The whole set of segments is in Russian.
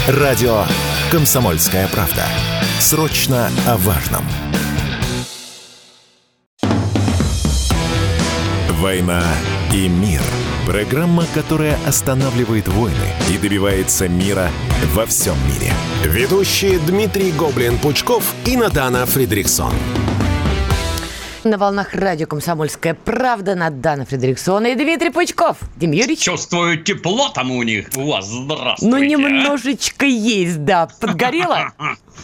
Радио «Комсомольская правда». Срочно о важном. «Война и мир». Программа, которая останавливает войны и добивается мира во всем мире. Ведущие Дмитрий Гоблин-Пучков и Надана Фридрихсон. На волнах радио «Комсомольская правда» Надана Фридрихсон и Дмитрий Пучков. Дим Юрьевич. Чувствую тепло там у вас. Здравствуйте. Ну, немножечко есть, да. Подгорело?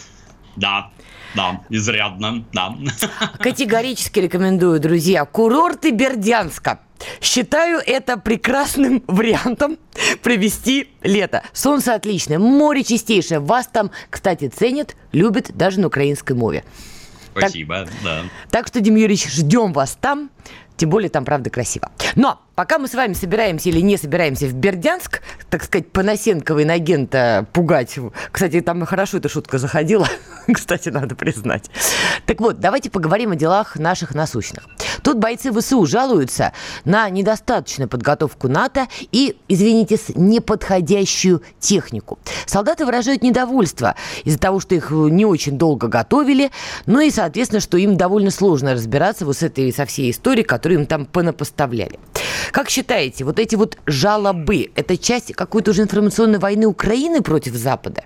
Да, изрядно, да. Категорически рекомендую, друзья, курорты Бердянска. Считаю это прекрасным вариантом провести лето. Солнце отличное, море чистейшее. Вас там, кстати, ценят, любят даже на украинской мове. Спасибо, да. Так что, Дим Юрьевич, ждем вас там. Тем более там, правда, красиво. Но пока мы с вами собираемся или не собираемся в Бердянск, так сказать, Панасенкова инагента пугать. Кстати, там хорошо эта шутка заходила. Кстати, надо признать. Так вот, давайте поговорим о делах наших насущных. Тут бойцы ВСУ жалуются на недостаточную подготовку НАТО и, извините, неподходящую технику. Солдаты выражают недовольство из-за того, что их не очень долго готовили, ну и, соответственно, что им довольно сложно разбираться вот со всей историей, которую им там понапоставляли. Как считаете, вот эти вот жалобы – это часть какой-то уже информационной войны Украины против Запада?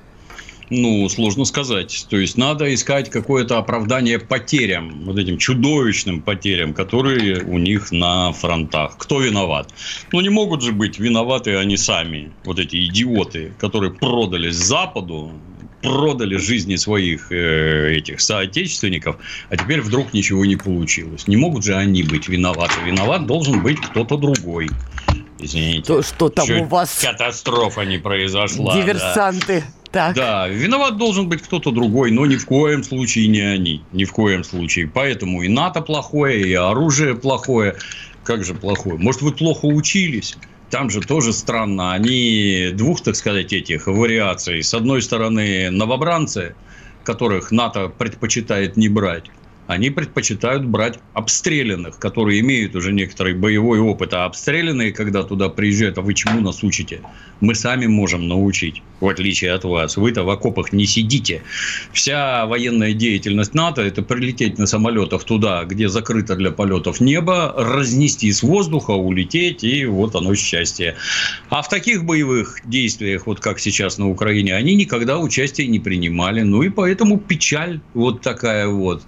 Ну, сложно сказать. То есть, надо искать какое-то оправдание потерям, вот этим чудовищным потерям, которые у них на фронтах. Кто виноват? Ну, не могут же быть виноваты они сами, вот эти идиоты, которые продались Западу, продали жизни своих этих соотечественников, а теперь вдруг ничего не получилось. Не могут же они быть виноваты. Виноват должен быть кто-то другой. Извините. То, что там у вас... Катастрофа не произошла. Диверсанты. Да. Так. Да, виноват должен быть кто-то другой, но ни в коем случае не они. Ни в коем случае. Поэтому и НАТО плохое, и оружие плохое. Как же плохое? Может, вы плохо учились? Там же тоже странно. Они двух, так сказать, этих вариаций. С одной стороны, новобранцы, которых НАТО предпочитает не брать. Они предпочитают брать обстрелянных, которые имеют уже некоторый боевой опыт. А обстрелянные, когда туда приезжают, а вы чему нас учите? Мы сами можем научить, в отличие от вас. Вы-то в окопах не сидите. Вся военная деятельность НАТО – это прилететь на самолетах туда, где закрыто для полетов небо, разнести с воздуха, улететь, и вот оно счастье. А в таких боевых действиях, вот как сейчас на Украине, они никогда участия не принимали. Ну и поэтому печаль вот такая вот.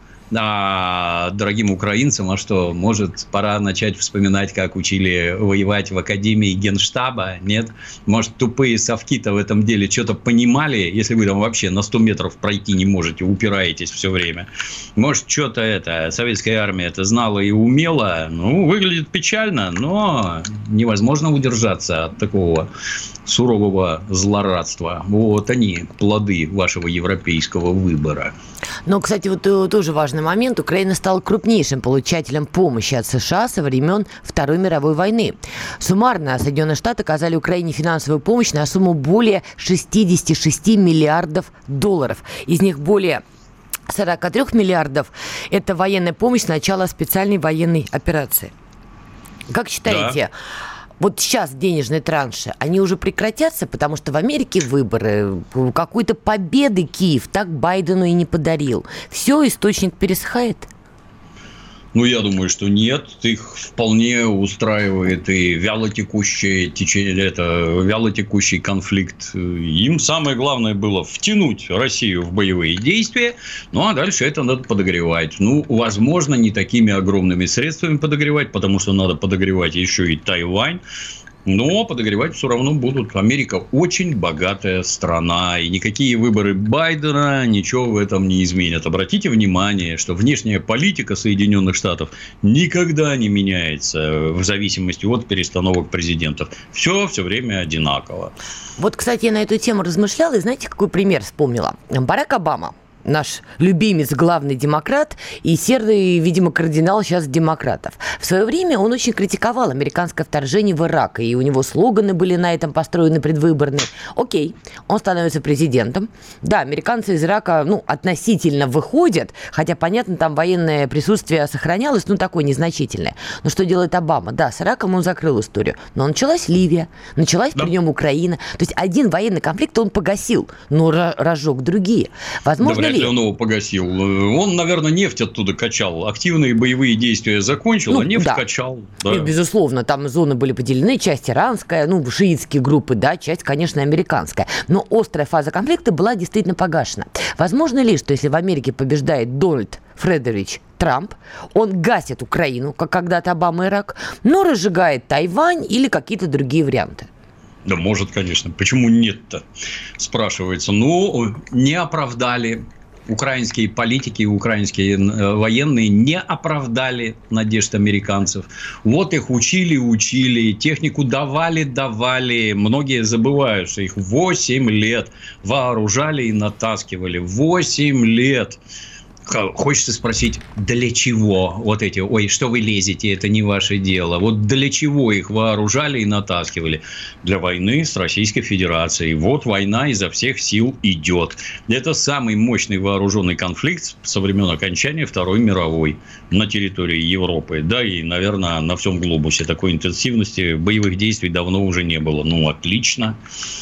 А дорогим украинцам, а что, может, пора начать вспоминать, как учили воевать в Академии Генштаба, нет? Может, тупые совки-то в этом деле что-то понимали, если вы там вообще на 100 метров пройти не можете, упираетесь все время. Может, что-то советская армия это знала и умела, ну, выглядит печально, но невозможно удержаться от такого сурового злорадства. Вот они, плоды вашего европейского выбора. Но, кстати, вот тоже важный момент. Украина стала крупнейшим получателем помощи от США со времен Второй мировой войны. Суммарно Соединенные Штаты оказали Украине финансовую помощь на сумму более 66 миллиардов долларов. Из них более 43 миллиардов – это военная помощь с начала специальной военной операции. Как считаете, вот сейчас денежные транши, они уже прекратятся, потому что в Америке выборы, какой-то победы Киев так Байдену и не подарил. Все, источник пересыхает? Ну, я думаю, что нет. Их вполне устраивает и вялотекущее течение, вялотекущий конфликт. Им самое главное было втянуть Россию в боевые действия, ну, а дальше это надо подогревать. Ну, возможно, не такими огромными средствами подогревать, потому что надо подогревать еще и Тайвань. Но подогревать все равно будут. Америка очень богатая страна. И никакие выборы Байдена ничего в этом не изменят. Обратите внимание, что внешняя политика Соединенных Штатов никогда не меняется в зависимости от перестановок президентов. Все время одинаково. Вот, кстати, я на эту тему размышляла. И знаете, какой пример вспомнила? Барак Обама. наш любимец, главный демократ, и серый, видимо, кардинал сейчас демократов. В свое время он очень критиковал американское вторжение в Ирак, и у него слоганы были на этом построены предвыборные. Окей, он становится президентом. Да, американцы из Ирака, относительно выходят, хотя, понятно, там военное присутствие сохранялось, такое незначительное. Но что делает Обама? Да, с Ираком он закрыл историю, но началась Ливия, началась при нем Украина. То есть один военный конфликт он погасил, но разжег другие. Возможно вряд ли он его погасил. Он, наверное, нефть оттуда качал. Активные боевые действия закончил, а нефть качал. Да. И, безусловно, там зоны были поделены. Часть иранская, шиитские группы, да, часть, конечно, американская. Но острая фаза конфликта была действительно погашена. Возможно ли, что если в Америке побеждает Дональд Фредерович Трамп, он гасит Украину, как когда-то Обама Ирак, но разжигает Тайвань или какие-то другие варианты? Да может, конечно. Почему нет-то? Спрашивается. Не оправдали украинские политики, украинские военные не оправдали надежд американцев. Вот их учили, технику давали. Многие забывают, что их 8 лет вооружали и натаскивали. 8 лет. Хочется спросить, для чего вот эти, что вы лезете, это не ваше дело. Вот для чего их вооружали и натаскивали? Для войны с Российской Федерацией. Вот война изо всех сил идет. Это самый мощный вооруженный конфликт со времен окончания Второй мировой на территории Европы. Да, и, наверное, на всем глобусе такой интенсивности боевых действий давно уже не было. Отлично.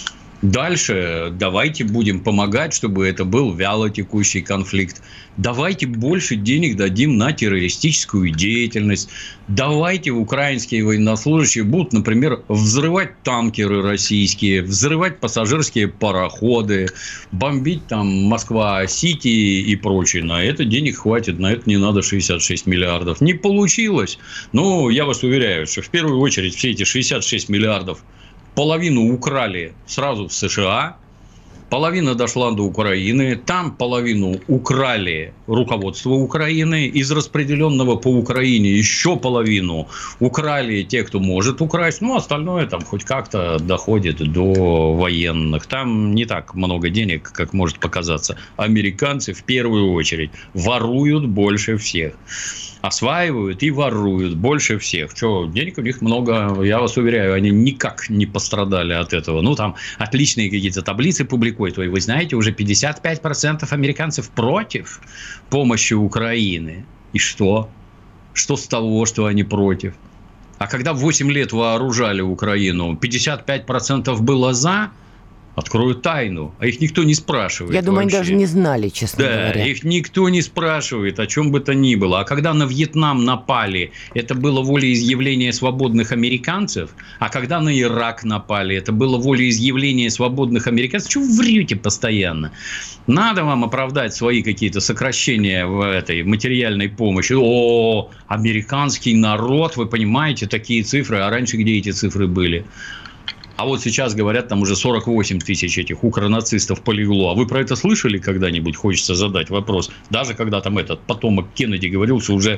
Дальше давайте будем помогать, чтобы это был вялотекущий конфликт. Давайте больше денег дадим на террористическую деятельность. Давайте украинские военнослужащие будут, например, взрывать танкеры российские, взрывать пассажирские пароходы, бомбить там Москва-Сити и прочее. На это денег хватит, на это не надо 66 миллиардов. Не получилось. Но я вас уверяю, что в первую очередь все эти 66 миллиардов половину украли сразу в США, половина дошла до Украины, там половину украли руководство Украины, из распределенного по Украине еще половину украли те, кто может украсть, остальное там хоть как-то доходит до военных. Там не так много денег, как может показаться. Американцы в первую очередь воруют больше всех. Осваивают и воруют больше всех. Что, денег у них много, я вас уверяю, они никак не пострадали от этого. Там отличные какие-то таблицы публикуют. Вы знаете, уже 55% американцев против помощи Украины. И что? Что с того, что они против? А когда 8 лет вооружали Украину, 55% было за? Открою тайну. А их никто не спрашивает. Я думаю, они даже не знали, честно говоря. Да, их никто не спрашивает, о чем бы то ни было. А когда на Вьетнам напали, это было волеизъявление свободных американцев. А когда на Ирак напали, это было волеизъявление свободных американцев. Чего вы врете постоянно? Надо вам оправдать свои какие-то сокращения в этой материальной помощи. Американский народ, вы понимаете, такие цифры. А раньше где эти цифры были? А вот сейчас говорят, там уже 48 тысяч этих укронацистов полегло. А вы про это слышали когда-нибудь? Хочется задать вопрос. Даже когда там этот потомок Кеннеди говорил, что уже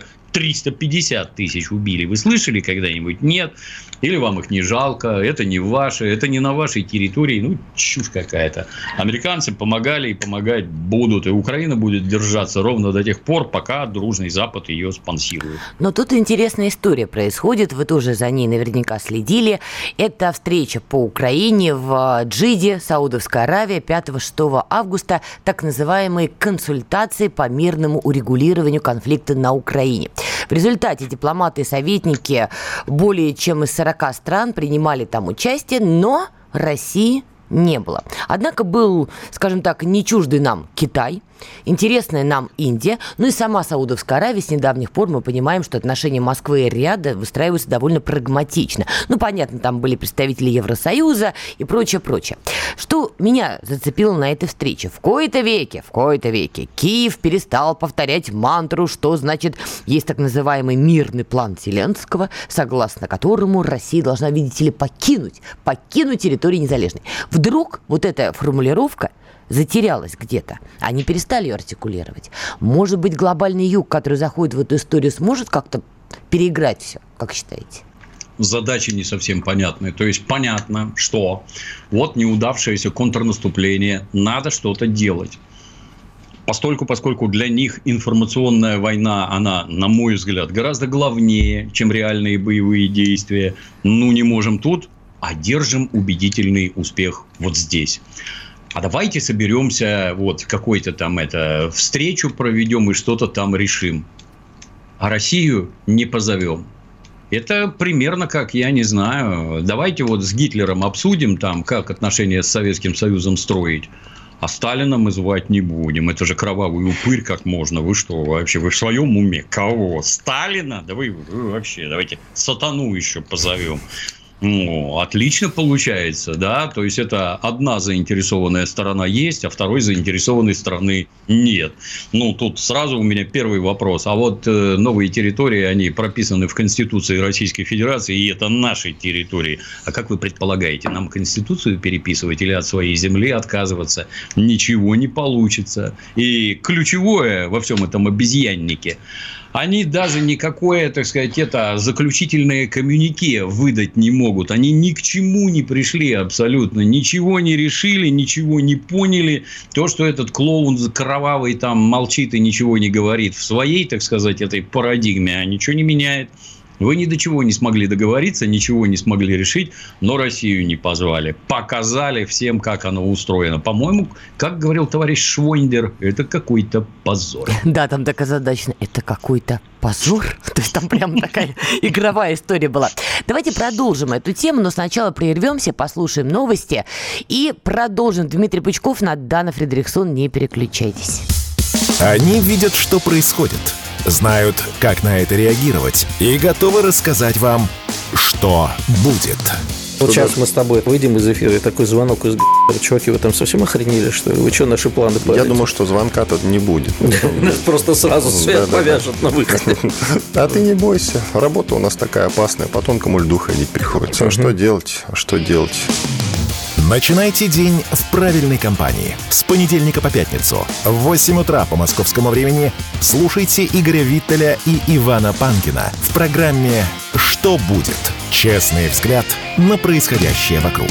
350 тысяч убили. Вы слышали когда-нибудь? Нет. Или вам их не жалко, это не ваше, это не на вашей территории. Чушь какая-то. Американцы помогали и помогать будут. И Украина будет держаться ровно до тех пор, пока дружный Запад ее спонсирует. Но тут интересная история происходит. Вы тоже за ней наверняка следили. Это встреча по Украине в Джиде, Саудовская Аравия, 5-6 августа. Так называемые консультации по мирному урегулированию конфликта на Украине. В результате дипломаты и советники более чем из 40 стран принимали там участие, но России не было. Однако был, скажем так, не чуждый нам Китай, интересная нам Индия, и сама Саудовская Аравия. С недавних пор мы понимаем, что отношения Москвы и Риада выстраиваются довольно прагматично. Понятно, там были представители Евросоюза и прочее. Что меня зацепило на этой встрече? В кои-то веке Киев перестал повторять мантру, что значит есть так называемый мирный план Зеленского, согласно которому Россия должна, видите ли, покинуть территорию незалежной. Вдруг вот эта формулировка затерялась где-то. Они перестали ее артикулировать. Может быть, глобальный юг, который заходит в эту историю, сможет как-то переиграть все, как считаете? Задачи не совсем понятны. То есть понятно, что вот неудавшееся контрнаступление, надо что-то делать. поскольку для них информационная война, она, на мой взгляд, гораздо главнее, чем реальные боевые действия. Не можем тут, одержим убедительный успех вот здесь. А давайте соберемся, в какой-то там встречу проведем и что-то там решим. А Россию не позовем. Это примерно как, я не знаю, давайте с Гитлером обсудим там, как отношения с Советским Союзом строить. А Сталина мы звать не будем. Это же кровавый упырь, как можно. Вы что, вообще, вы в своем уме? Кого? Сталина? Да вы вообще, давайте сатану еще позовем. Отлично получается, да, то есть это одна заинтересованная сторона есть, а второй заинтересованной стороны нет. Тут сразу у меня первый вопрос. А новые территории, они прописаны в Конституции Российской Федерации, и это наши территории. А как вы предполагаете, нам Конституцию переписывать или от своей земли отказываться? Ничего не получится. И ключевое во всем этом обезьяннике, они даже никакое, так сказать, заключительное коммюнике выдать не могут. Они ни к чему не пришли абсолютно. Ничего не решили, ничего не поняли. То, что этот клоун кровавый там молчит и ничего не говорит в своей, так сказать, этой парадигме, ничего не меняет. Вы ни до чего не смогли договориться, ничего не смогли решить, но Россию не позвали. Показали всем, как оно устроено. По-моему, как говорил товарищ Швондер, это какой-то позор. Да, там так озадачено. Это какой-то позор? То есть там прям такая игровая история была. Давайте продолжим эту тему, но сначала прервемся, послушаем новости и продолжим. Дмитрий Пучков, Надана Фридрихсон, не переключайтесь. Они видят, что происходит, знают, как на это реагировать, и готовы рассказать вам, что будет. Сейчас мы с тобой выйдем из эфира, и такой звонок из чуваки, вы там совсем охренели, что ли? Вы что, наши планы падаете? Я думаю, что звонка тут не будет. Просто сразу свет повяжет на выходе. А ты не бойся, работа у нас такая опасная, по тонкому льду ходить приходится. А что делать? Начинайте день в правильной компании. С понедельника по пятницу в 8 утра по московскому времени слушайте Игоря Виттеля и Ивана Панкина в программе «Что будет?». Честный взгляд на происходящее вокруг.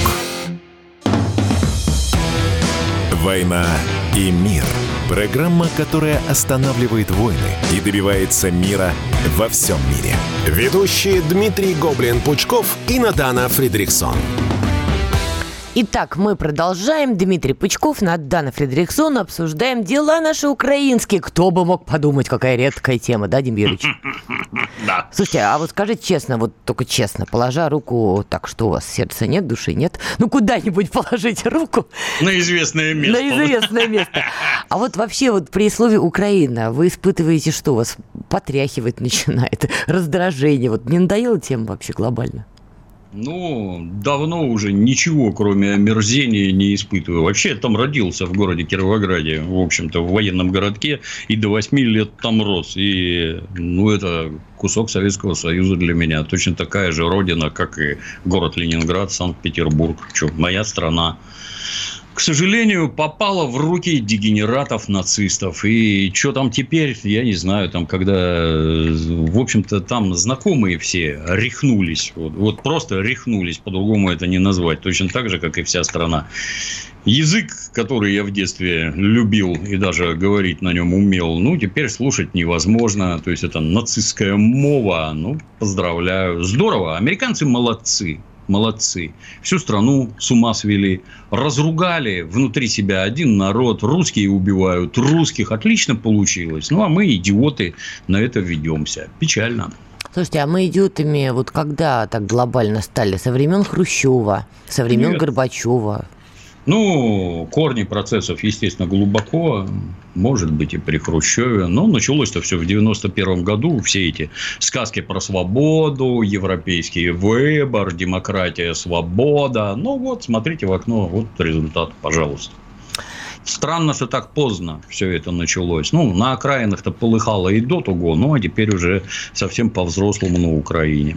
«Война и мир». Программа, которая останавливает войны и добивается мира во всем мире. Ведущие Дмитрий Гоблин-Пучков и Надана Фридрихсон. Итак, мы продолжаем. Дмитрий Пучков, Надана Фридрихсон. Обсуждаем дела наши украинские. Кто бы мог подумать, какая редкая тема, да, Дим Юрьевич? Да. Слушайте, а скажите честно, только честно, положа руку, так что у вас сердца нет, души нет? Куда-нибудь положите руку. На известное место. На известное место. А вообще при слове «Украина» вы испытываете что? Вас потряхивать начинает? Раздражение? Не надоела тема вообще глобально? Давно уже ничего, кроме омерзения, не испытываю. Вообще, я там родился, в городе Кировограде, в общем-то, в военном городке, и до 8 лет там рос. И, это кусок Советского Союза для меня. Точно такая же родина, как и город Ленинград, Санкт-Петербург. Моя страна. К сожалению, попала в руки дегенератов, нацистов. И что там теперь, я не знаю. Когда, в общем-то, там знакомые все рехнулись. Просто рехнулись. По-другому это не назвать. Точно так же, как и вся страна. Язык, который я в детстве любил и даже говорить на нем умел, теперь слушать невозможно. То есть, это нацистская мова. Поздравляю. Здорово. Американцы молодцы. Всю страну с ума свели. Разругали внутри себя один народ. Русские убивают русских. Отлично получилось. А мы, идиоты, на это ведемся. Печально. Слушайте, а мы идиотами когда так глобально стали? Со времен Хрущева, со времен Горбачева? Корни процессов, естественно, глубоко, может быть, и при Хрущеве. Но началось-то все в 91 году. Все эти сказки про свободу, европейский выбор, демократия, свобода. Смотрите в окно, результат, пожалуйста. Странно, что так поздно все это началось. На окраинах-то полыхало и до того, а теперь уже совсем по-взрослому на Украине.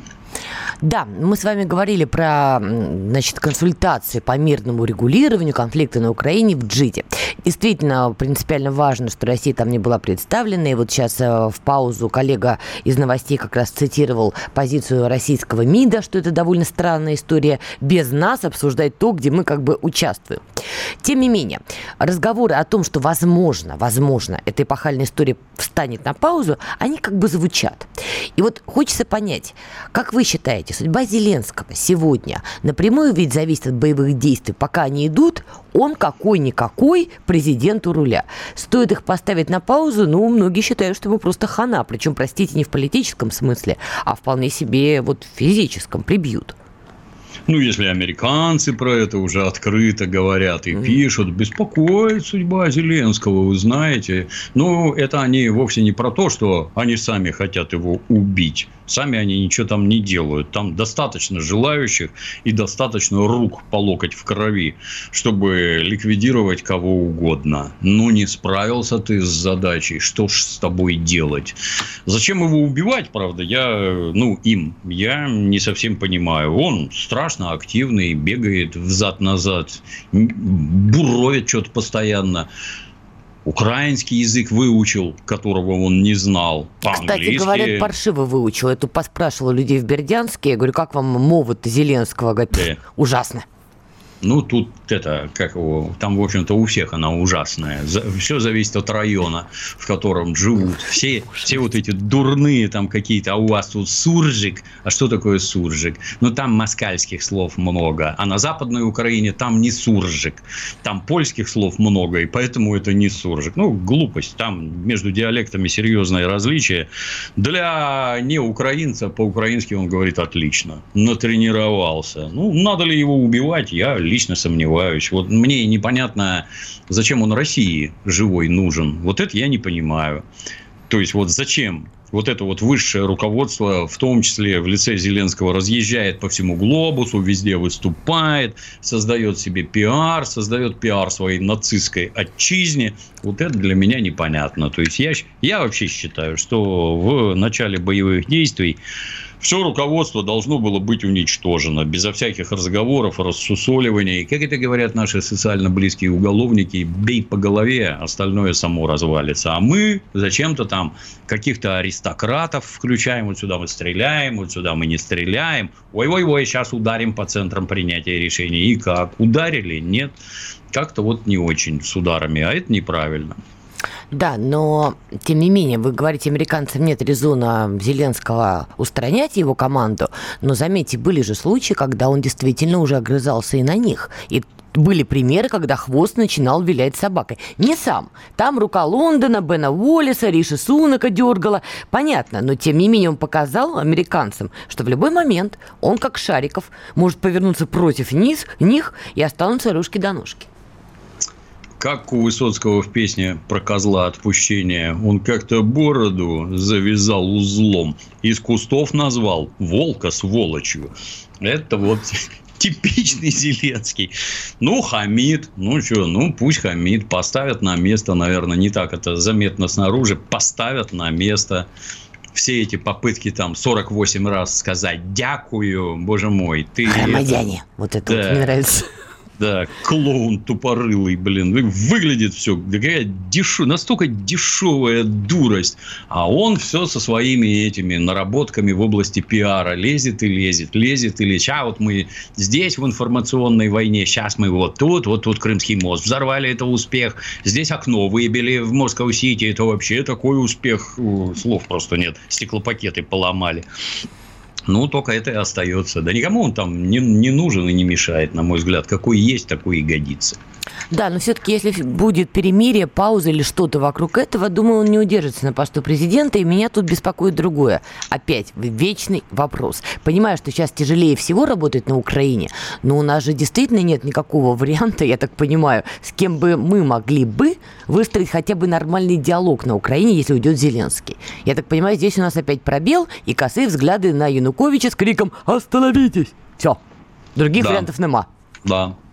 Да, мы с вами говорили про, значит, консультации по мирному регулированию конфликта на Украине в Джиде. Действительно, принципиально важно, что Россия там не была представлена. И вот сейчас в паузу коллега из новостей как раз цитировал позицию российского МИДа, что это довольно странная история без нас обсуждать то, где мы как бы участвуем. Тем не менее, разговоры о том, что возможно, эта эпохальная история встанет на паузу, они как бы звучат. И вот хочется понять, как вы считаете, судьба Зеленского сегодня напрямую ведь зависит от боевых действий. Пока они идут, он какой-никакой президент у руля. Стоит их поставить на паузу, многие считают, что ему просто хана. Причем, простите, не в политическом смысле, а вполне себе вот в физическом прибьют. Если американцы про это уже открыто говорят и пишут, беспокоит судьба Зеленского, вы знаете. Это они вовсе не про то, что они сами хотят его убить. Сами они ничего там не делают. Там достаточно желающих и достаточно рук по локоть в крови, чтобы ликвидировать кого угодно. Не справился ты с задачей. Что ж с тобой делать? Зачем его убивать, правда? Я не совсем понимаю. Он страшно активный, бегает взад-назад, буровит что-то постоянно. Украинский язык выучил, которого он не знал. Кстати, говорят, паршиво выучил. Я тут поспрашивала людей в Бердянске. Я говорю, как вам мова-то Зеленского? Говорят, ужасно. Тут там, в общем-то, у всех она ужасная. Все зависит от района, в котором живут. Все вот эти дурные там какие-то, а у вас тут суржик. А что такое суржик? Там москальских слов много. А на Западной Украине там не суржик. Там польских слов много, и поэтому это не суржик. Глупость. Там между диалектами серьезное различие. Для неукраинца по-украински он говорит отлично. Натренировался. Надо ли его убивать? Я лично сомневаюсь. Вот мне непонятно, зачем он России живой нужен. Вот это я не понимаю. То есть, зачем вот это высшее руководство, в том числе в лице Зеленского, разъезжает по всему глобусу, везде выступает, создает себе пиар, своей нацистской отчизне. Вот это для меня непонятно. То есть, я вообще считаю, что в начале боевых действий все руководство должно было быть уничтожено, безо всяких разговоров, рассусоливаний. Как это говорят наши социально близкие уголовники, бей по голове, остальное само развалится. А мы зачем-то там каких-то аристократов включаем, вот сюда мы стреляем, вот сюда мы не стреляем. Ой-ой-ой, сейчас ударим по центрам принятия решений. И как? Ударили? Нет. Как-то не очень с ударами, а это неправильно. Да, но, тем не менее, вы говорите, американцам нет резона Зеленского устранять его команду, но, заметьте, были же случаи, когда он действительно уже огрызался и на них. И были примеры, когда хвост начинал вилять собакой. Не сам. Там рука Лондона, Бена Уоллеса, Риши Сунака дергала. Понятно, но, тем не менее, он показал американцам, что в любой момент он, как Шариков, может повернуться против них и останутся ружки до ножки. Как у Высоцкого в песне про козла отпущения. Он как-то бороду завязал узлом. Из кустов назвал волка сволочью. Это типичный Зеленский. Хамит. Пусть хамит. Поставят на место, наверное, не так это заметно снаружи. Поставят на место. Все эти попытки 48 раз сказать «дякую», боже мой. Ты Громадяне. Вот это мне нравится. Да, клоун тупорылый, выглядит все, какая настолько дешевая дурость, а он все со своими этими наработками в области пиара лезет и лезет. Сейчас мы здесь в информационной войне, сейчас мы тут Крымский мост взорвали, это успех, здесь окно выбили в Москва-Сити, это вообще такой успех, слов просто нет, стеклопакеты поломали. Только это и остается. Да никому он там не нужен и не мешает, на мой взгляд. Какой есть, такой и годится. Да, но все-таки, если будет перемирие, пауза или что-то вокруг этого, думаю, он не удержится на посту президента, и меня тут беспокоит другое. Опять, вечный вопрос. Понимаю, что сейчас тяжелее всего работать на Украине, но у нас же действительно нет никакого варианта, я так понимаю, с кем бы мы могли бы выстроить хотя бы нормальный диалог на Украине, если уйдет Зеленский. Я так понимаю, здесь у нас опять пробел и косые взгляды на Януковича с криком «Остановитесь!» Все. Других вариантов нема. Да.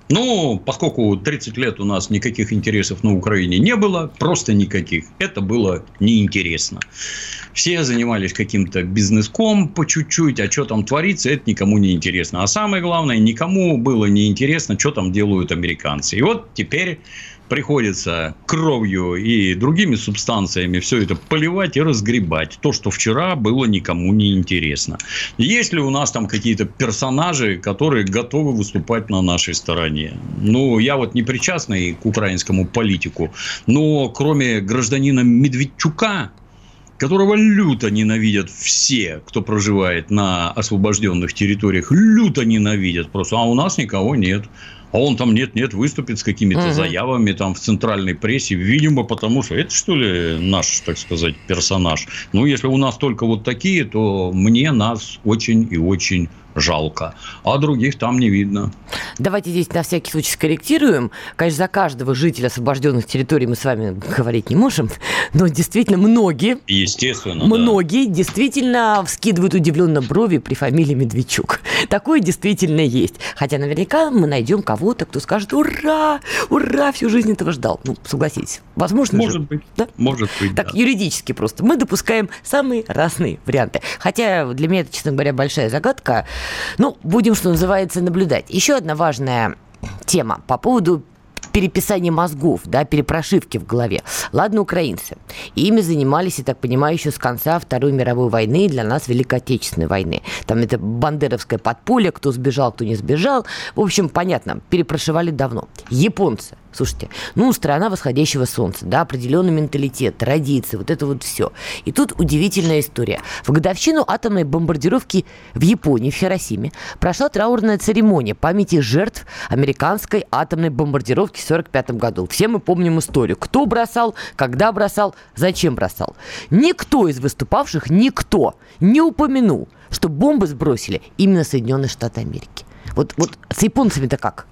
Ну, поскольку 30 лет у нас никаких интересов на Украине не было, просто никаких, это было неинтересно. Все занимались каким-то бизнеском по чуть-чуть, а что там творится, это никому не интересно. А самое главное, никому было не интересно, что там делают американцы. И вот теперь приходится кровью и другими субстанциями все это поливать и разгребать. То, что вчера было никому не интересно. Есть ли у нас там какие-то персонажи, которые готовы выступать на нашей стороне? Ну, я вот не причастный к украинскому политику, но кроме гражданина Медведчука, которого люто ненавидят все, кто проживает на освобожденных территориях, люто ненавидят просто, а у нас никого нет. А он там нет-нет выступит с какими-то заявами там в центральной прессе, видимо, потому что это, что ли, наш, так сказать, персонаж. Ну, если у нас только вот такие, то мне нас очень и очень жалко. А других там не видно. Давайте здесь на всякий случай скорректируем. Конечно, за каждого жителя освобожденных территорий мы с вами говорить не можем, но действительно многие, естественно, действительно вскидывают удивленно брови при фамилии Медведчук. Такое действительно есть. Хотя наверняка мы найдем кого-то, кто скажет: ура, ура, всю жизнь этого ждал. Ну, согласитесь, возможно. Может быть, да? Может быть, так, да. Юридически просто. Мы допускаем самые разные варианты. Хотя для меня это, честно говоря, большая загадка. Ну, будем, что называется, наблюдать. Еще одна важная тема по поводу переписания мозгов, да, перепрошивки в голове. Ладно, украинцы. Ими занимались, я так понимаю, еще с конца Второй мировой войны и для нас Великой Отечественной войны. Там это бандеровское подполье, кто сбежал, кто не сбежал. В общем, понятно, перепрошивали давно. Японцы. Слушайте, ну, страна восходящего солнца, да, определенный менталитет, традиции, вот это вот все. И тут удивительная история. В годовщину атомной бомбардировки в Японии, в Хиросиме, прошла траурная церемония памяти жертв американской атомной бомбардировки в 1945 году. Все мы помним историю. Кто бросал, когда бросал, зачем бросал. Никто из выступавших, никто не упомянул, что бомбы сбросили именно Соединенные Штаты Америки. Вот с японцами-то как?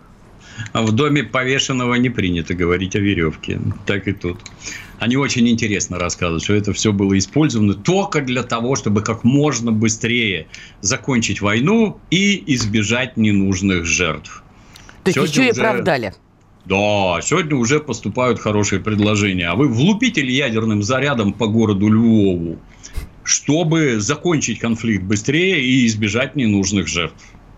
А в доме повешенного не принято говорить о веревке. Так и тут. Они очень интересно рассказывают, что это все было использовано только для того, чтобы как можно быстрее закончить войну и избежать ненужных жертв. То есть еще и оправдали. Да, сегодня уже поступают хорошие предложения. А вы влупите ли ядерным зарядом по городу Львову, чтобы закончить конфликт быстрее и избежать ненужных жертв?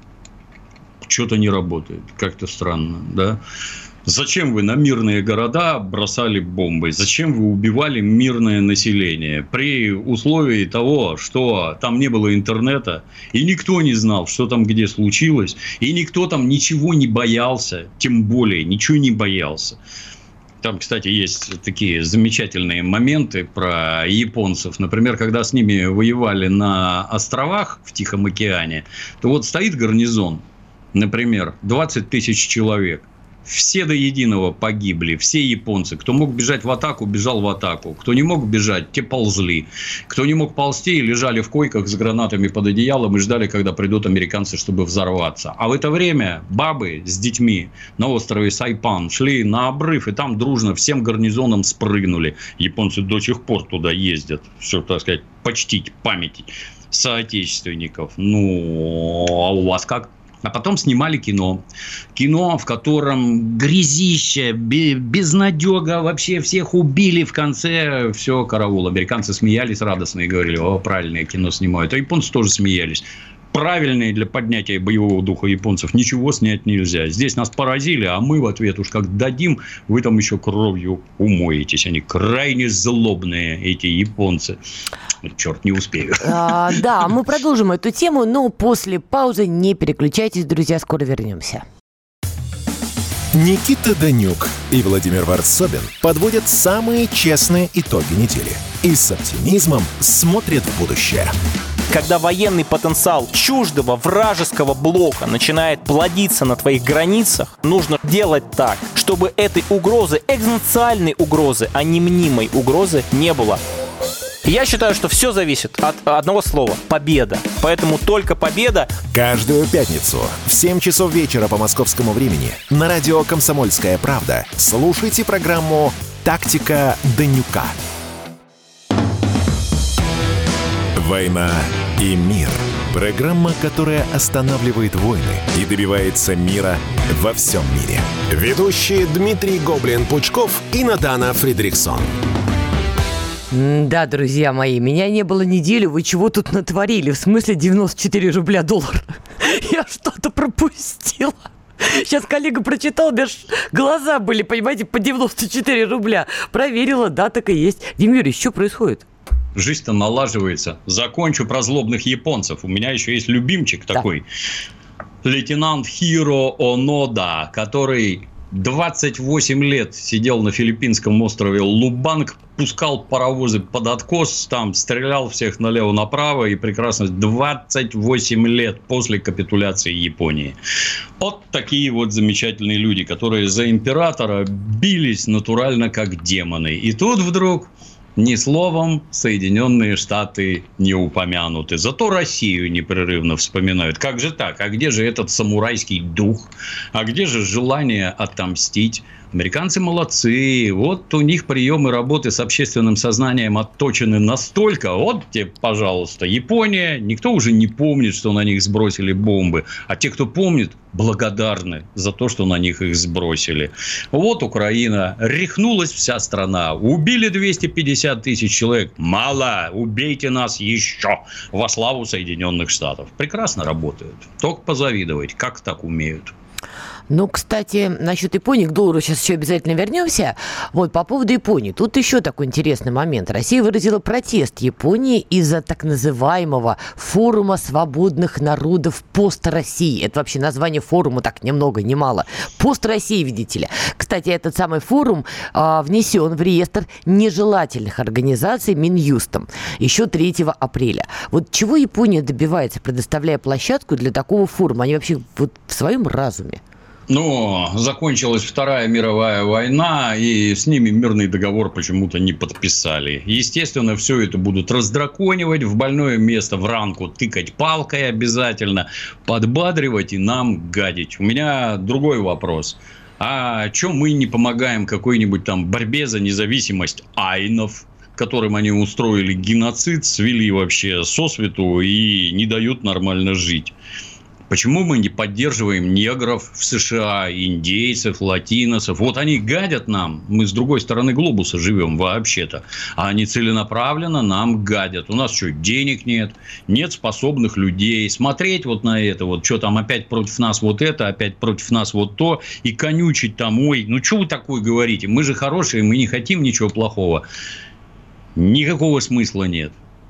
Что-то не работает. Как-то странно, да? Зачем вы на мирные города бросали бомбы? Зачем вы убивали мирное население? При условии того, что там не было интернета, и никто не знал, что там где случилось, и никто там ничего не боялся, тем более ничего не боялся. Там, кстати, есть такие замечательные моменты про японцев. Например, когда с ними воевали на островах в Тихом океане, то вот стоит гарнизон, например, 20 тысяч человек. Все до единого погибли, все японцы. Кто мог бежать в атаку, бежал в атаку. Кто не мог бежать, те ползли. Кто не мог ползти, лежали в койках с гранатами под одеялом и ждали, когда придут американцы, чтобы взорваться. А в это время бабы с детьми на острове Сайпан шли на обрыв, и там дружно всем гарнизоном спрыгнули. Японцы до сих пор туда ездят, все, так сказать, почтить память соотечественников. Ну, а у вас как? А потом снимали кино. Кино, в котором грязище, безнадега, вообще всех убили. В конце все, караул. Американцы смеялись радостно и говорили: о, правильное кино снимают. А японцы тоже смеялись. Правильные для поднятия боевого духа японцев ничего снять нельзя. Здесь нас поразили, а мы в ответ уж как дадим, вы там еще кровью умоетесь. Они крайне злобные, эти японцы. Черт, не успею. Да, мы продолжим эту тему, но после паузы не переключайтесь, друзья, скоро вернемся. Никита Данюк и Владимир Варсобин подводят самые честные итоги недели и с оптимизмом смотрят в будущее. Когда военный потенциал чуждого вражеского блока начинает плодиться на твоих границах, нужно делать так, чтобы этой угрозы, экзистенциальной угрозы, а не мнимой угрозы не было. Я считаю, что все зависит от одного слова – победа. Поэтому только победа. Каждую пятницу в 7 часов вечера по московскому времени на радио «Комсомольская правда» слушайте программу «Тактика Данюка». «Война и мир» Программа, которая останавливает войны и добивается мира во всем мире. Ведущие Дмитрий Гоблин-Пучков и Надана Фридрихсон. Да, друзья мои, меня не было неделю, вы чего тут натворили? В смысле 94 рубля доллар? Я что-то пропустила. Сейчас коллега прочитал, у меня глаза были, понимаете, по 94 рубля. Проверила, да, так и есть. Дим Юрьевич, что происходит? Жизнь-то налаживается. Закончу про злобных японцев. У меня еще есть любимчик такой. Лейтенант Хиро Онода, который 28 лет сидел на филиппинском острове Лубанг, пускал паровозы под откос, там стрелял всех налево-направо и прекрасно 28 лет после капитуляции Японии. Вот такие вот замечательные люди, которые за императора бились натурально как демоны. И тут вдруг ни словом Соединенные Штаты не упомянуты. Зато Россию непрерывно вспоминают. Как же так? А где же этот самурайский дух? А где же желание отомстить? Американцы молодцы. Вот у них приемы работы с общественным сознанием отточены настолько. Вот тебе, пожалуйста, Япония. Никто уже не помнит, что на них сбросили бомбы. А те, кто помнит, благодарны за то, что на них их сбросили. Вот Украина. Рехнулась вся страна. Убили 250 тысяч человек. Мало. Убейте нас еще. Во славу Соединенных Штатов. Прекрасно работают. Только позавидовать. Как так умеют? Ну, кстати, насчет Японии, к доллару сейчас еще обязательно вернемся. Вот, по поводу Японии. Тут еще такой интересный момент. Россия выразила протест Японии из-за так называемого форума свободных народов пост-России. Это вообще название форума так ни много ни мало. Пост-России, видите ли. Кстати, этот самый форум внесен в реестр нежелательных организаций Минюстом еще 3 апреля. Вот чего Япония добивается, предоставляя площадку для такого форума? Они вообще вот в своем разуме? Но закончилась Вторая мировая война, и с ними мирный договор почему-то не подписали. Естественно, все это будут раздраконивать, в больное место в ранку тыкать палкой обязательно, подбадривать и нам гадить. У меня другой вопрос. А что мы не помогаем какой-нибудь там борьбе за независимость айнов, которым они устроили геноцид, свели вообще сосвету и не дают нормально жить? Почему мы не поддерживаем негров в США, индейцев, латиносов? Вот они гадят нам. Мы с другой стороны глобуса живем вообще-то. А они целенаправленно нам гадят. У нас что, денег нет? Нет способных людей. Смотреть вот на это, вот что там опять против нас вот это, опять против нас вот то. И конючить там, ой, ну что вы такое говорите? Мы же хорошие, мы не хотим ничего плохого. Никакого смысла нет.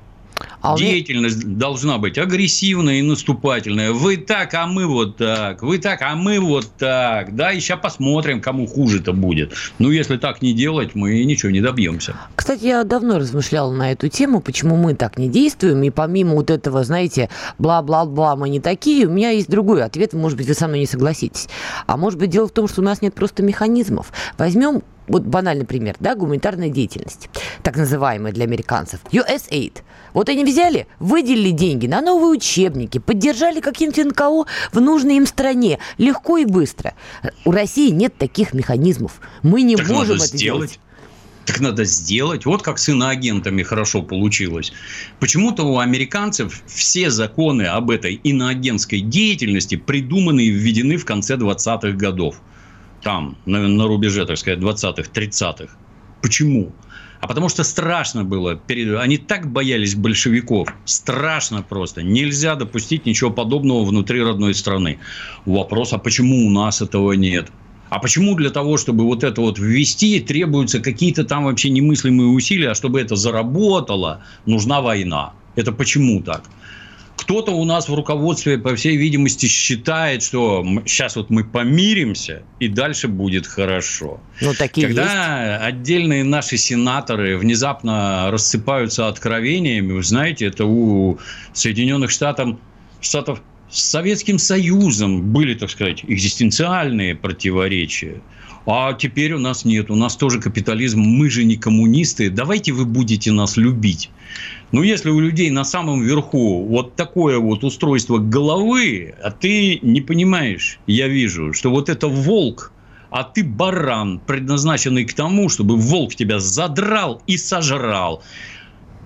Деятельность должна быть агрессивная и наступательная. Вы так, а мы вот так. Вы так, а мы вот так. Да, и сейчас посмотрим, кому хуже-то будет. Ну, если так не делать, мы ничего не добьемся. Кстати, я давно размышляла на эту тему, почему мы так не действуем. И помимо вот этого, знаете, бла-бла-бла, мы не такие, у меня есть другой ответ. Может быть, вы со мной не согласитесь. А может быть, дело в том, что у нас нет просто механизмов. Возьмем вот банальный пример, да, гуманитарная деятельность, так называемая для американцев, USAID. Вот они взяли, выделили деньги на новые учебники, поддержали каким-то НКО в нужной им стране, легко и быстро. У России нет таких механизмов. Мы не можем это сделать. Так надо сделать. Вот как с иноагентами хорошо получилось. Почему-то у американцев все законы об этой иноагентской деятельности придуманы и введены в конце 20-х годов. Там, на рубеже, так сказать, 20-х, 30-х. Почему? А потому что страшно было. Они так боялись большевиков. Страшно просто. Нельзя допустить ничего подобного внутри родной страны. Вопрос, а почему у нас этого нет? А почему для того, чтобы вот это вот ввести, требуются какие-то там вообще немыслимые усилия, а чтобы это заработало, нужна война? Это почему так? Кто-то у нас в руководстве, по всей видимости, считает, что сейчас вот мы помиримся, и дальше будет хорошо. Ну, такие Когда есть. Отдельные наши сенаторы внезапно рассыпаются откровениями, вы знаете, это у Соединенных Штатов с Советским Союзом были, так сказать, экзистенциальные противоречия. А теперь у нас нет. У нас тоже капитализм. Мы же не коммунисты. Давайте вы будете нас любить. Но если у людей на самом верху вот такое вот устройство головы, а ты не понимаешь, я вижу, что вот это волк, а ты баран, предназначенный к тому, чтобы волк тебя задрал и сожрал.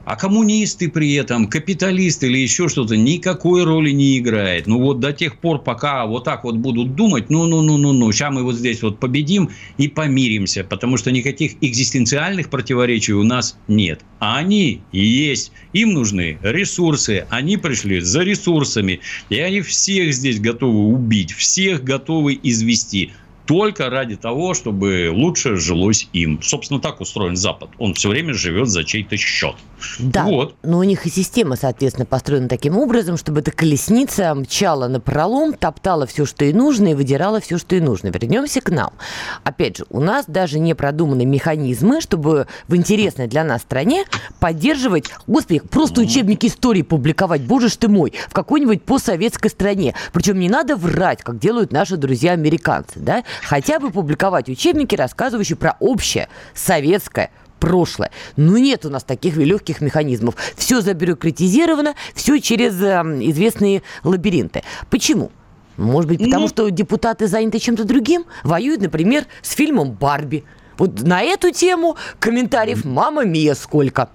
А коммунисты при этом, капиталисты или еще что-то, никакой роли не играет. Ну, вот до тех пор, пока вот так вот будут думать, сейчас мы вот здесь вот победим и помиримся, потому что никаких экзистенциальных противоречий у нас нет. А они есть. Им нужны ресурсы. Они пришли за ресурсами. И они всех здесь готовы убить, всех готовы извести. Только ради того, чтобы лучше жилось им. Собственно, так устроен Запад. Он все время живет за чей-то счет. Да, вот. Но у них и система, соответственно, построена таким образом, чтобы эта колесница мчала напролом, топтала все, что ей нужно, и выдирала все, что ей нужно. Вернемся к нам. Опять же, у нас даже не продуманы механизмы, чтобы в интересной для нас стране поддерживать, господи, просто учебники истории публиковать, боже ж ты мой, в какой-нибудь постсоветской стране. Причем не надо врать, как делают наши друзья-американцы, да? Хотя бы публиковать учебники, рассказывающие про общее советское прошлое. Но нет у нас таких легких механизмов. Все забюрократизировано, все через известные лабиринты. Почему? Может быть, потому что депутаты заняты чем-то другим? Воюют, например, с фильмом «Барби». Вот на эту тему комментариев «Мамма Мия» сколько.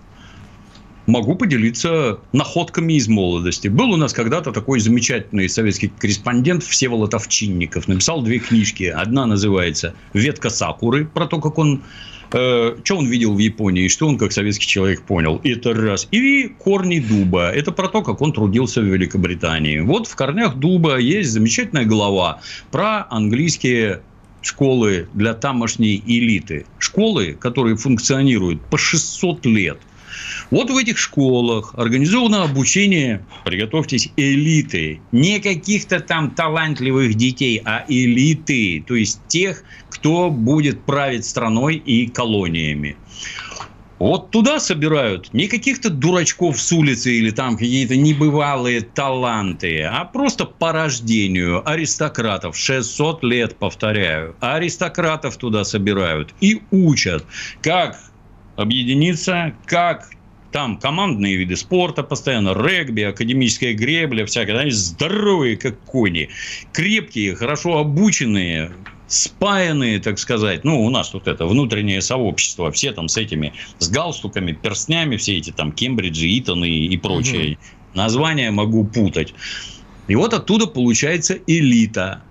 Могу поделиться находками из молодости. Был у нас когда-то такой замечательный советский корреспондент Всеволод Овчинников. Написал 2 книжки. Одна называется «Ветка сакуры», про то, как он что он видел в Японии, что он как советский человек понял. Это раз. И «Корни дуба». Это про то, как он трудился в Великобритании. Вот в «Корнях дуба» есть замечательная глава про английские школы для тамошней элиты. Школы, которые функционируют по 600 лет. Вот в этих школах организовано обучение, приготовьтесь, элиты. Не каких-то там талантливых детей, а элиты. То есть тех, кто будет править страной и колониями. Вот туда собирают не каких-то дурачков с улицы или там какие-то небывалые таланты, а просто по рождению аристократов. 600 лет, повторяю. Аристократов туда собирают и учат, как объединиться, как там командные виды спорта постоянно, регби, академическая гребля, всякое. Они здоровые, как кони, крепкие, хорошо обученные, спаянные, так сказать. Ну, у нас тут это внутреннее сообщество, все там с этими, с галстуками, перстнями, все эти там Кембриджи, Итоны и прочее. Названия могу путать. И вот оттуда получается элита.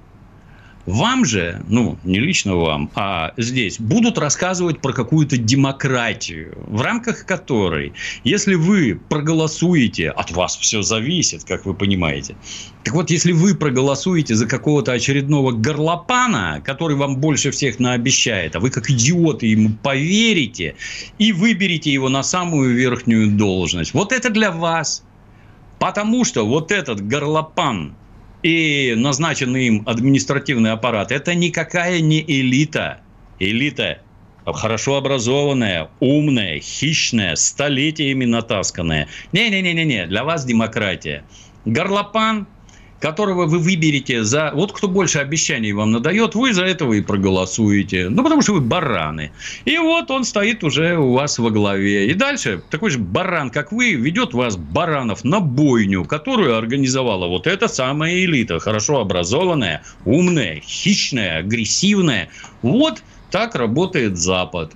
Вам же, ну, не лично вам, а здесь будут рассказывать про какую-то демократию, в рамках которой, если вы проголосуете, от вас все зависит, как вы понимаете. Так вот, если вы проголосуете за какого-то очередного горлопана, который вам больше всех наобещает, а вы как идиоты ему поверите и выберете его на самую верхнюю должность, вот это для вас. Потому что вот этот горлопан и назначенный им административный аппарат – это никакая не элита. Элита хорошо образованная, умная, хищная, столетиями натасканная. Не-не-не-не, для вас демократия. Горлопан, которого вы выберете за... Вот кто больше обещаний вам надает, вы за этого и проголосуете. Ну, потому что вы бараны. И вот он стоит уже у вас во главе. И дальше такой же баран, как вы, ведет вас, баранов, на бойню, которую организовала вот эта самая элита. Хорошо образованная, умная, хищная, агрессивная. Вот так работает Запад.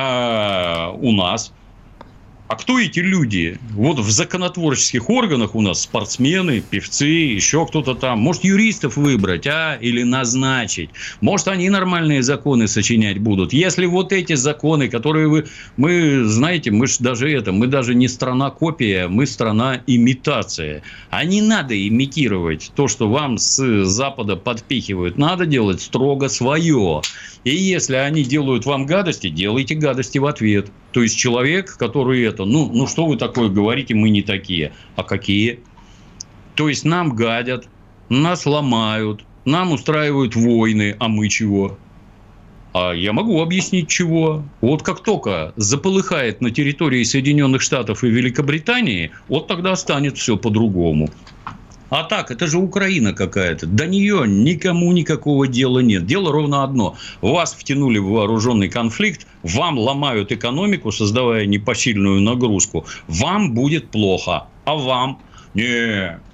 А у нас... А кто эти люди? Вот в законотворческих органах у нас спортсмены, певцы, еще кто-то там. Может, юристов выбрать, или назначить. Может, они нормальные законы сочинять будут. Если вот эти законы, которые мы знаете, мы даже не страна-копия, мы страна-имитация. А не надо имитировать то, что вам с Запада подпихивают. Надо делать строго свое. И если они делают вам гадости, делайте гадости в ответ. То есть человек, который это, ну что вы такое говорите, мы не такие. А какие? То есть нам гадят, нас ломают, нам устраивают войны, а мы чего? А я могу объяснить чего. Вот как только заполыхает на территории Соединенных Штатов и Великобритании, вот тогда станет все по-другому. А так, это же Украина какая-то. До нее никому никакого дела нет. Дело ровно одно. Вас втянули в вооруженный конфликт, вам ломают экономику, создавая непосильную нагрузку. Вам будет плохо. А вам? Не,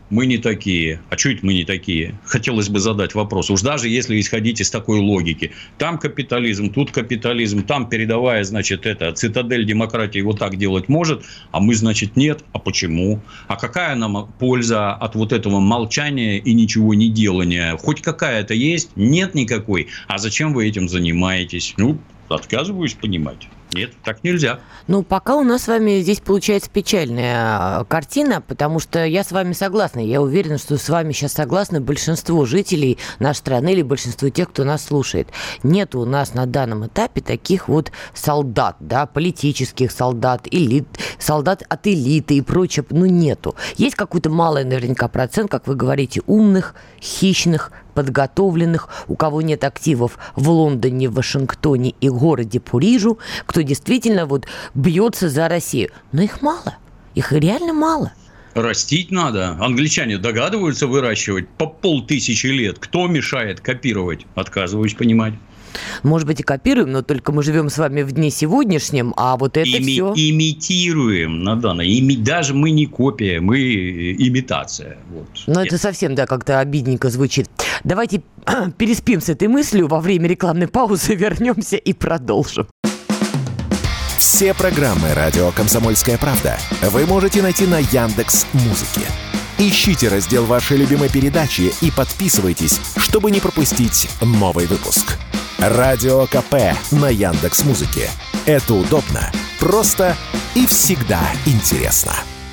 мы не такие. А что это мы не такие? Хотелось бы задать вопрос. Уж даже если исходить из такой логики. Там капитализм, тут капитализм, там передовая, значит, цитадель демократии вот так делать может, а мы, значит, нет. А почему? А какая нам польза от вот этого молчания и ничего не делания? Хоть какая-то есть? Нет никакой. А зачем вы этим занимаетесь? Отказываюсь понимать. Нет, так нельзя. Пока у нас с вами здесь получается печальная картина, потому что я с вами согласна. Я уверена, что с вами сейчас согласны большинство жителей нашей страны или большинство тех, кто нас слушает. Нет у нас на данном этапе таких вот солдат, да, политических солдат, солдат от элиты и прочее. Нету. Есть какой-то малый наверняка процент, как вы говорите, умных, хищных, подготовленных, у кого нет активов в Лондоне, в Вашингтоне и городе Парижу, кто действительно бьется за Россию. Но их мало. Их реально мало. Растить надо. Англичане догадываются выращивать по 500 лет. Кто мешает копировать? Отказываюсь понимать. Может быть, и копируем, но только мы живем с вами в дне сегодняшнем, а вот это все... Имитируем, Надана. Даже мы не копия, мы имитация. Это совсем, как-то обидненько звучит. Давайте переспим с этой мыслью, во время рекламной паузы вернемся и продолжим. Все программы «Радио Комсомольская правда» вы можете найти на Яндекс.Музыке. Ищите раздел вашей любимой передачи и подписывайтесь, чтобы не пропустить новый выпуск. Радио КП на Яндекс.Музыке. Это удобно, просто и всегда интересно.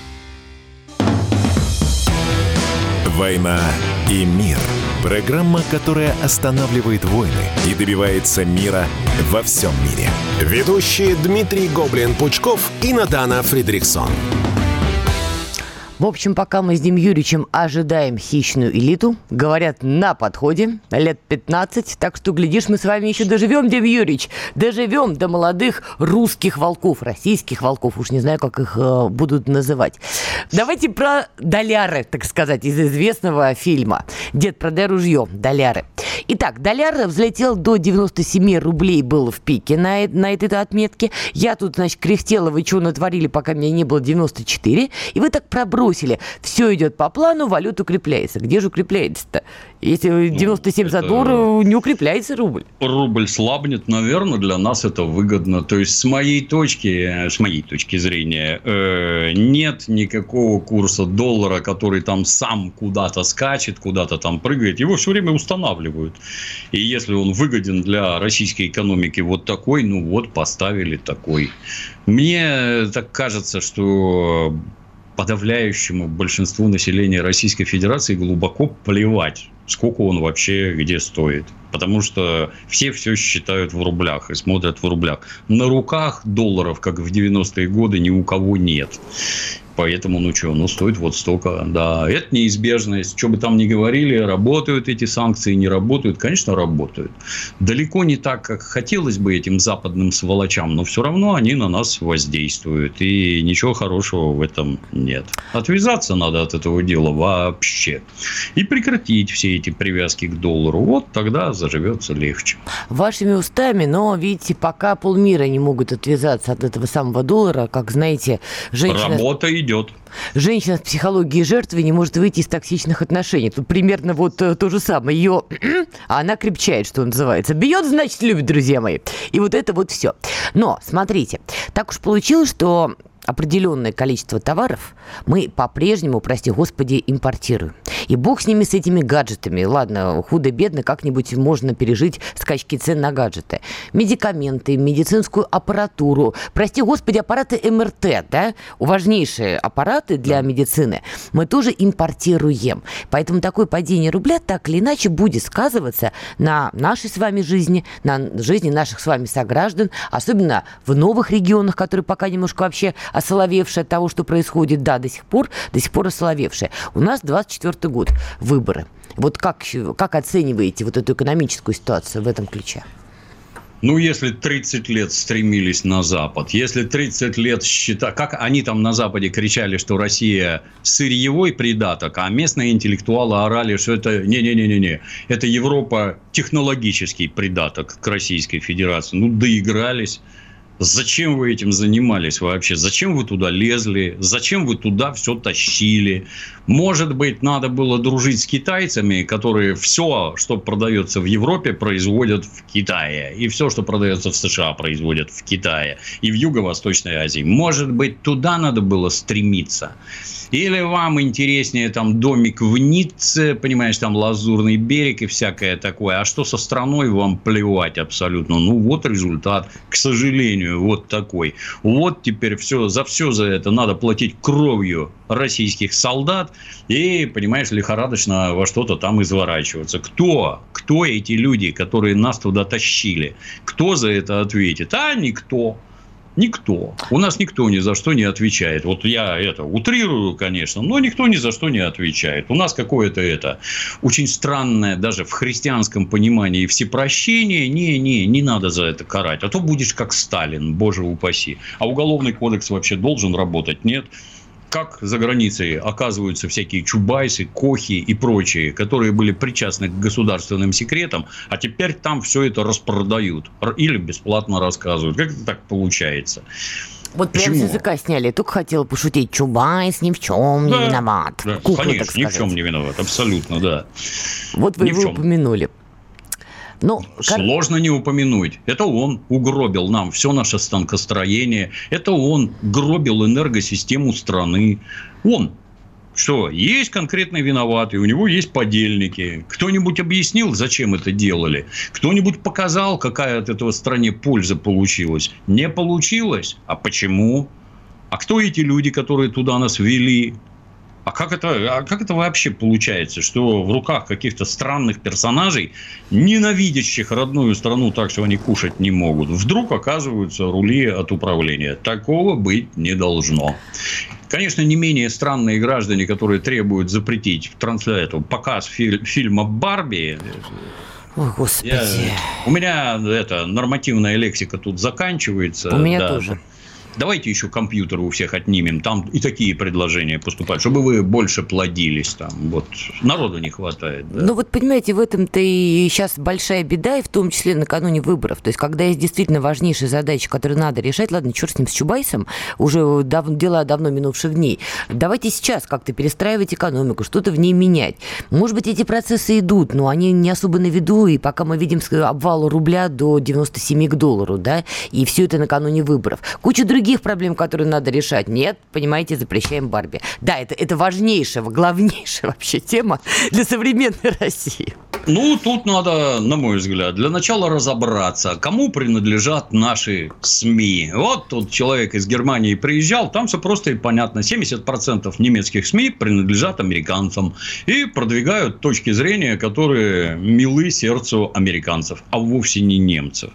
«Война и мир». Программа, которая останавливает войны и добивается мира во всем мире. Ведущие Дмитрий Гоблин-Пучков и Надана Фридрихсон. В общем, пока мы с Дим Юрьевичем ожидаем хищную элиту, говорят, на подходе, лет 15, так что, глядишь, мы с вами еще доживем, Дим Юрьевич, доживем до молодых русских волков, российских волков, уж не знаю, как их будут называть. Давайте про доляры, так сказать, из известного фильма «Дед, продай ружье», доляры. Итак, доляр взлетел до 97 рублей, был в пике на этой отметке. Я тут, значит, кряхтела, вы что натворили, пока меня не было 94, и вы так пробросили. Все идет по плану, валюта укрепляется. Где же укрепляется-то? Если 97 за доллар, не укрепляется рубль. Рубль слабнет, наверное, для нас это выгодно. То есть, с моей точки зрения, нет никакого курса доллара, который там сам куда-то скачет, куда-то там прыгает. Его все время устанавливают. И если он выгоден для российской экономики вот такой, поставили такой. Мне так кажется, что подавляющему большинству населения Российской Федерации глубоко плевать, сколько он вообще где стоит. Потому что все считают в рублях и смотрят в рублях. На руках долларов, как в 90-е годы, ни у кого нет. Поэтому, стоит вот столько. Да, это неизбежность. Что бы там ни говорили, работают эти санкции, не работают. Конечно, работают. Далеко не так, как хотелось бы этим западным сволочам, но все равно они на нас воздействуют. И ничего хорошего в этом нет. Отвязаться надо от этого дела вообще. И прекратить все эти привязки к доллару. Вот тогда заживется легче. Вашими устами, но, видите, пока полмира не могут отвязаться от этого самого доллара, как, знаете, женщина... Работа идет. Женщина с психологией жертвы не может выйти из токсичных отношений. Тут примерно то же самое. Ее... А она крепчает, что называется. Бьет, значит, любит, друзья мои. И вот это вот все. Но, смотрите, так уж получилось, что определенное количество товаров мы по-прежнему, прости господи, импортируем. И бог с ними, с этими гаджетами. Ладно, худо-бедно, как-нибудь можно пережить скачки цен на гаджеты. Медикаменты, медицинскую аппаратуру. Прости господи, аппараты МРТ, да? Важнейшие аппараты для медицины мы тоже импортируем. Поэтому такое падение рубля так или иначе будет сказываться на нашей с вами жизни, на жизни наших с вами сограждан, особенно в новых регионах, которые пока немножко вообще осоловевшие от того, что происходит, да, до сих пор осоловевшие. У нас 24-й год, выборы. Вот как оцениваете вот эту экономическую ситуацию в этом ключе? Если 30 лет стремились на Запад, если 30 лет как они там на Западе кричали, что Россия сырьевой придаток, а местные интеллектуалы орали, что это не-не-не-не, это Европа технологический придаток к Российской Федерации. Доигрались. Зачем вы этим занимались вообще? Зачем вы туда лезли? Зачем вы туда все тащили? Может быть, надо было дружить с китайцами, которые все, что продается в Европе, производят в Китае. И все, что продается в США, производят в Китае. И в Юго-Восточной Азии. Может быть, туда надо было стремиться? Или вам интереснее там домик в Ницце, понимаешь, там Лазурный берег и всякое такое. А что со страной, вам плевать абсолютно. Ну, вот результат, к сожалению, вот такой. Вот теперь за это надо платить кровью российских солдат и, понимаешь, лихорадочно во что-то там изворачиваться. Кто эти люди, которые нас туда тащили? Кто за это ответит? А никто. Никто. У нас никто ни за что не отвечает. Вот я утрирую, конечно, но никто ни за что не отвечает. У нас какое-то очень странное, даже в христианском понимании, всепрощение. Не надо за это карать. А то будешь как Сталин, боже упаси. А уголовный кодекс вообще должен работать? Нет. Как за границей оказываются всякие Чубайсы, Кохи и прочие, которые были причастны к государственным секретам, а теперь там все это распродают или бесплатно рассказывают. Как это так получается? Вот прям с языка сняли. Я только хотела пошутить. Чубайс ни в чем не виноват. Да, Кукла, конечно, ни в чем не виноват. Абсолютно, да. Вот вы его упомянули. Сложно не упомянуть. Это он угробил нам все наше станкостроение. Это он гробил энергосистему страны. Он. Что, есть конкретный виноватый, у него есть подельники. Кто-нибудь объяснил, зачем это делали? Кто-нибудь показал, какая от этого стране польза получилась? Не получилось? А почему? А кто эти люди, которые туда нас вели? А как это вообще получается, что в руках каких-то странных персонажей, ненавидящих родную страну так, что они кушать не могут, вдруг оказываются рули от управления? Такого быть не должно. Конечно, не менее странные граждане, которые требуют запретить показ фильма «Барби». Ой, Господи. У меня нормативная лексика тут заканчивается. У меня тоже. Давайте еще компьютеры у всех отнимем. Там и такие предложения поступают, чтобы вы больше плодились. Там вот народу не хватает. Да? Ну вот понимаете, в этом-то и сейчас большая беда, и в том числе накануне выборов. То есть, когда есть действительно важнейшие задачи, которые надо решать, ладно, черт с ним, с Чубайсом, уже дела давно минувших дней. Давайте сейчас как-то перестраивать экономику, что-то в ней менять. Может быть, эти процессы идут, но они не особо на виду, и пока мы видим обвал рубля до 97 к доллару, да, и все это накануне выборов. Куча других проблем, которые надо решать. Нет, понимаете, запрещаем Барби. Да, это важнейшая, главнейшая вообще тема для современной России. Ну, тут надо, на мой взгляд, для начала разобраться, кому принадлежат наши СМИ. Вот тут человек из Германии приезжал, там все просто и понятно. 70% немецких СМИ принадлежат американцам и продвигают точки зрения, которые милы сердцу американцев, а вовсе не немцев.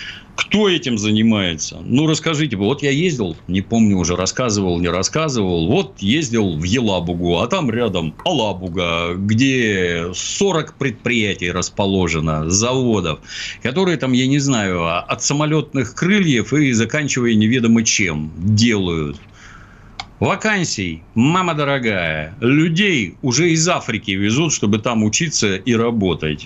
Кто этим занимается? Ну, расскажите. Вот я ездил, не помню уже, рассказывал, не рассказывал. Вот ездил в Елабугу, а там рядом Алабуга, где 40 предприятий расположено, заводов, которые там, я не знаю, от самолетных крыльев и заканчивая неведомо чем делают. Вакансий, мама дорогая, людей уже из Африки везут, чтобы там учиться и работать.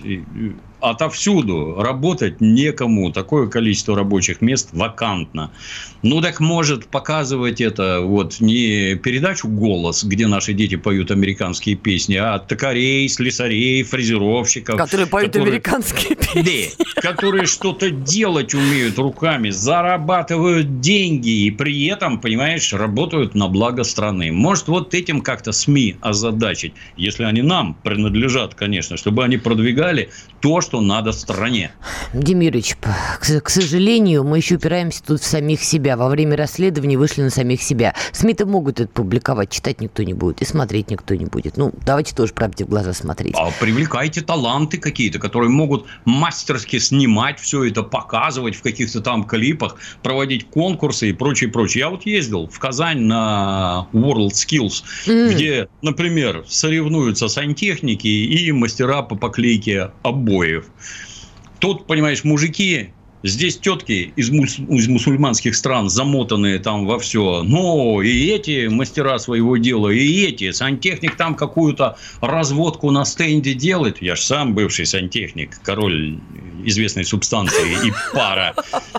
Отовсюду работать некому. Такое количество рабочих мест вакантно. Ну, так может показывать это вот не передачу «Голос», где наши дети поют американские песни, а токарей, слесарей, фрезеровщиков. Которые поют американские песни. Да, которые что-то делать умеют руками, зарабатывают деньги и при этом, понимаешь, работают на благо страны. Может, вот этим как-то СМИ озадачить, если они нам принадлежат, конечно, чтобы они продвигали то, что надо стране. Дим Юрьевич, к сожалению, мы еще упираемся тут в самих себя. Во время расследования вышли на самих себя. СМИ-то могут это публиковать, читать никто не будет и смотреть никто не будет. Ну, давайте тоже правде в глаза смотреть. А привлекайте таланты какие-то, которые могут мастерски снимать все это, показывать в каких-то там клипах, проводить конкурсы и прочее, прочее. Я вот ездил в Казань на WorldSkills, где, например, соревнуются сантехники и мастера по поклейке обоев. Тут, понимаешь, мужики, здесь тетки из мусульманских стран, замотанные там во все. Но и эти мастера своего дела, и эти. Сантехник там какую-то разводку на стенде делает. Я ж сам бывший сантехник, король известной субстанции и пара.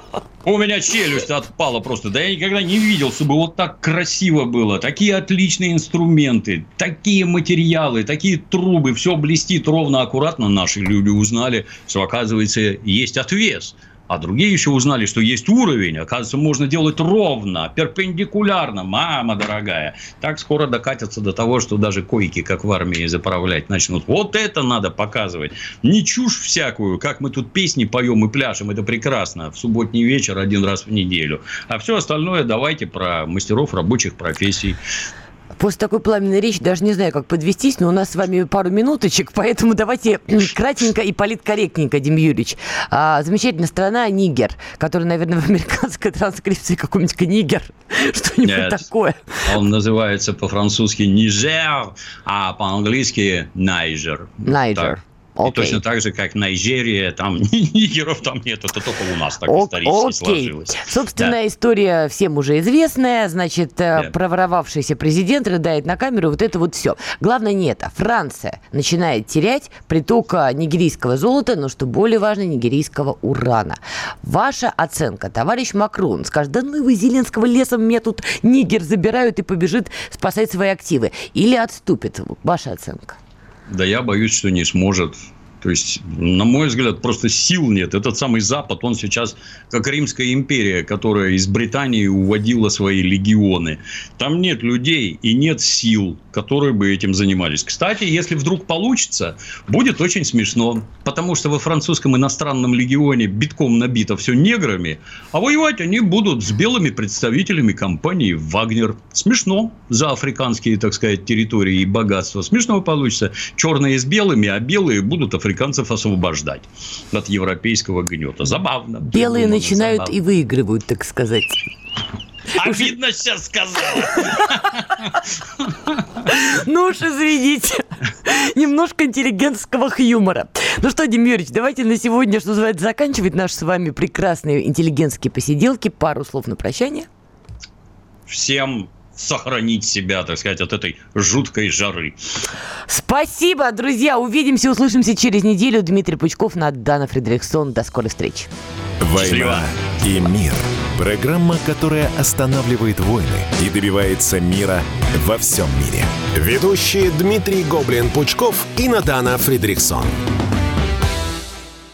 У меня челюсть отпала просто. Да я никогда не видел, чтобы вот так красиво было. Такие отличные инструменты, такие материалы, такие трубы. Все блестит ровно, аккуратно. Наши люди узнали, что, оказывается, есть отвес. А другие еще узнали, что есть уровень. Оказывается, можно делать ровно, перпендикулярно. Мама дорогая. Так скоро докатятся до того, что даже койки, как в армии, заправлять начнут. Вот это надо показывать. Не чушь всякую, как мы тут песни поем и пляшем. Это прекрасно. В субботний вечер 1 раз в неделю. А все остальное давайте про мастеров рабочих профессий. После такой пламенной речи даже не знаю, как подвестись, но у нас с вами пару минуточек, поэтому давайте кратенько и политкорректненько, Дим Юрьевич. Замечательная страна Нигер, которая, наверное, в американской транскрипции какой-нибудь Нигер, что-нибудь такое. Он называется по-французски Нижер, а по-английски Найджер. Найджер. И точно так же, как Нигерия, там нигеров там нет, это только у нас так исторически сложилось. Собственная история всем уже известная, значит, проворовавшийся президент рыдает на камеру, вот это вот все. Главное не это. Франция начинает терять приток нигерийского золота, но, что более важно, нигерийского урана. Ваша оценка, товарищ Макрон скажет, да ну вы Зеленского лесом мне тут Нигер забирают и побежит спасать свои активы. Или отступит? Ваша оценка. Да я боюсь, что не сможет. То есть, на мой взгляд, просто сил нет. Этот самый Запад, он сейчас как Римская империя, которая из Британии уводила свои легионы. Там нет людей и нет сил, которые бы этим занимались. Кстати, если вдруг получится, будет очень смешно. Потому что во французском иностранном легионе битком набито все неграми, а воевать они будут с белыми представителями компании «Вагнер». Смешно за африканские, так сказать, территории и богатства. Смешно получится. Черные с белыми, а белые будут африканцев освобождать от европейского гнета. Забавно. Белые начинают забавно. И выигрывают, так сказать. Обидно сейчас сказала. Ну уж извините. Немножко интеллигентского юмора. Ну что, Дим Юрьевич, давайте на сегодня, что называется, заканчивать наши с вами прекрасные интеллигентские посиделки. Пару слов на прощание. Всем сохранить себя, так сказать, от этой жуткой жары. Спасибо, друзья. Увидимся, услышимся через неделю. Дмитрий Пучков, Надана Фридрихсон. До скорой встречи. «Война и мир». Программа, которая останавливает войны и добивается мира во всем мире. Ведущие Дмитрий Гоблин-Пучков и Надана Фридрихсон.